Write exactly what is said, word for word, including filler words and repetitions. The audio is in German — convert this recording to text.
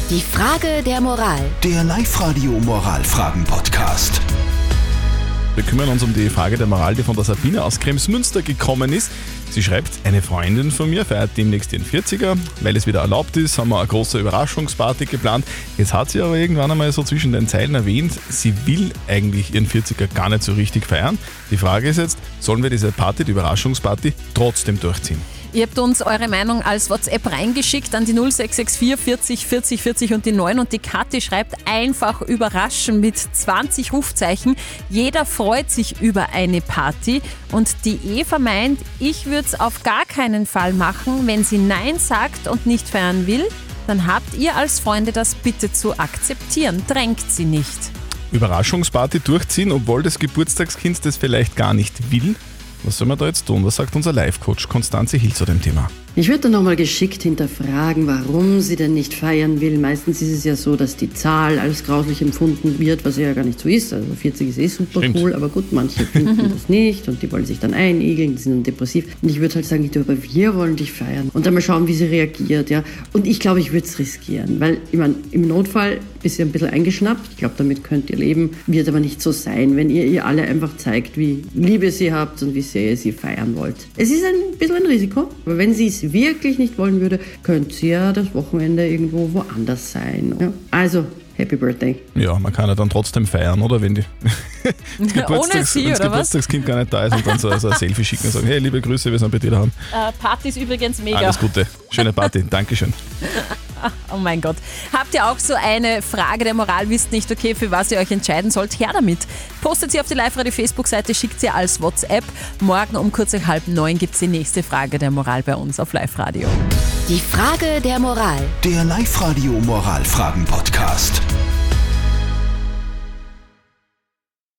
Die Frage der Moral. Der Live-Radio-Moralfragen-Podcast. Wir kümmern uns um die Frage der Moral, die von der Sabine aus Kremsmünster gekommen ist. Sie schreibt, eine Freundin von mir feiert demnächst ihren vierziger. Weil es wieder erlaubt ist, haben wir eine große Überraschungsparty geplant. Jetzt hat sie aber irgendwann einmal so zwischen den Zeilen erwähnt, sie will eigentlich ihren vierziger gar nicht so richtig feiern. Die Frage ist jetzt, sollen wir diese Party, die Überraschungsparty, trotzdem durchziehen? Ihr habt uns eure Meinung als WhatsApp reingeschickt an die null sechs sechs vier vierzig vierzig vierzig und die neun und die Kathi schreibt einfach überraschen mit zwanzig Rufzeichen. Jeder freut sich über eine Party und die Eva meint, ich würde es auf gar keinen Fall machen. Wenn sie Nein sagt und nicht feiern will, dann habt ihr als Freunde das bitte zu akzeptieren. Drängt sie nicht. Überraschungsparty durchziehen, obwohl das Geburtstagskind das vielleicht gar nicht will? Was soll man da jetzt tun? Was sagt unser Live-Coach Konstanze Hill zu dem Thema? Ich würde dann nochmal geschickt hinterfragen, warum sie denn nicht feiern will. Meistens ist es ja so, dass die Zahl als grauslich empfunden wird, was ja gar nicht so ist. Also vierzig ist eh super Stimmt. cool, aber gut, manche finden das nicht und die wollen sich dann einigeln, die sind dann depressiv. Und ich würde halt sagen, du, aber wir wollen dich feiern. Und dann mal schauen, wie sie reagiert. Ja. Und ich glaube, ich würde es riskieren, weil ich meine, im Notfall ist sie ein bisschen eingeschnappt. Ich glaube, damit könnt ihr leben. Wird aber nicht so sein, wenn ihr ihr alle einfach zeigt, wie Liebe sie habt und wie sehr ihr sie feiern wollt. Es ist ein bisschen ein Risiko, aber wenn sie es wirklich nicht wollen würde, könnte sie ja das Wochenende irgendwo woanders sein. Ja. Also, Happy Birthday. Ja, man kann ja dann trotzdem feiern, oder? Wenn die das Ohne sie, wenn das oder was? Geburtstagskind gar nicht da ist und dann so, so ein Selfie schicken und sagen, hey, liebe Grüße, wir sind bei dir daheim. Äh, Party ist übrigens mega. Alles Gute, schöne Party, Dankeschön. Oh mein Gott. Habt ihr auch so eine Frage der Moral, wisst nicht, okay, für was ihr euch entscheiden sollt? Her damit. Postet sie auf die Live-Radio-Facebook-Seite, schickt sie als WhatsApp. Morgen um kurz nach halb neun gibt es die nächste Frage der Moral bei uns auf Live-Radio. Die Frage der Moral. Der Live-Radio-Moralfragen-Podcast.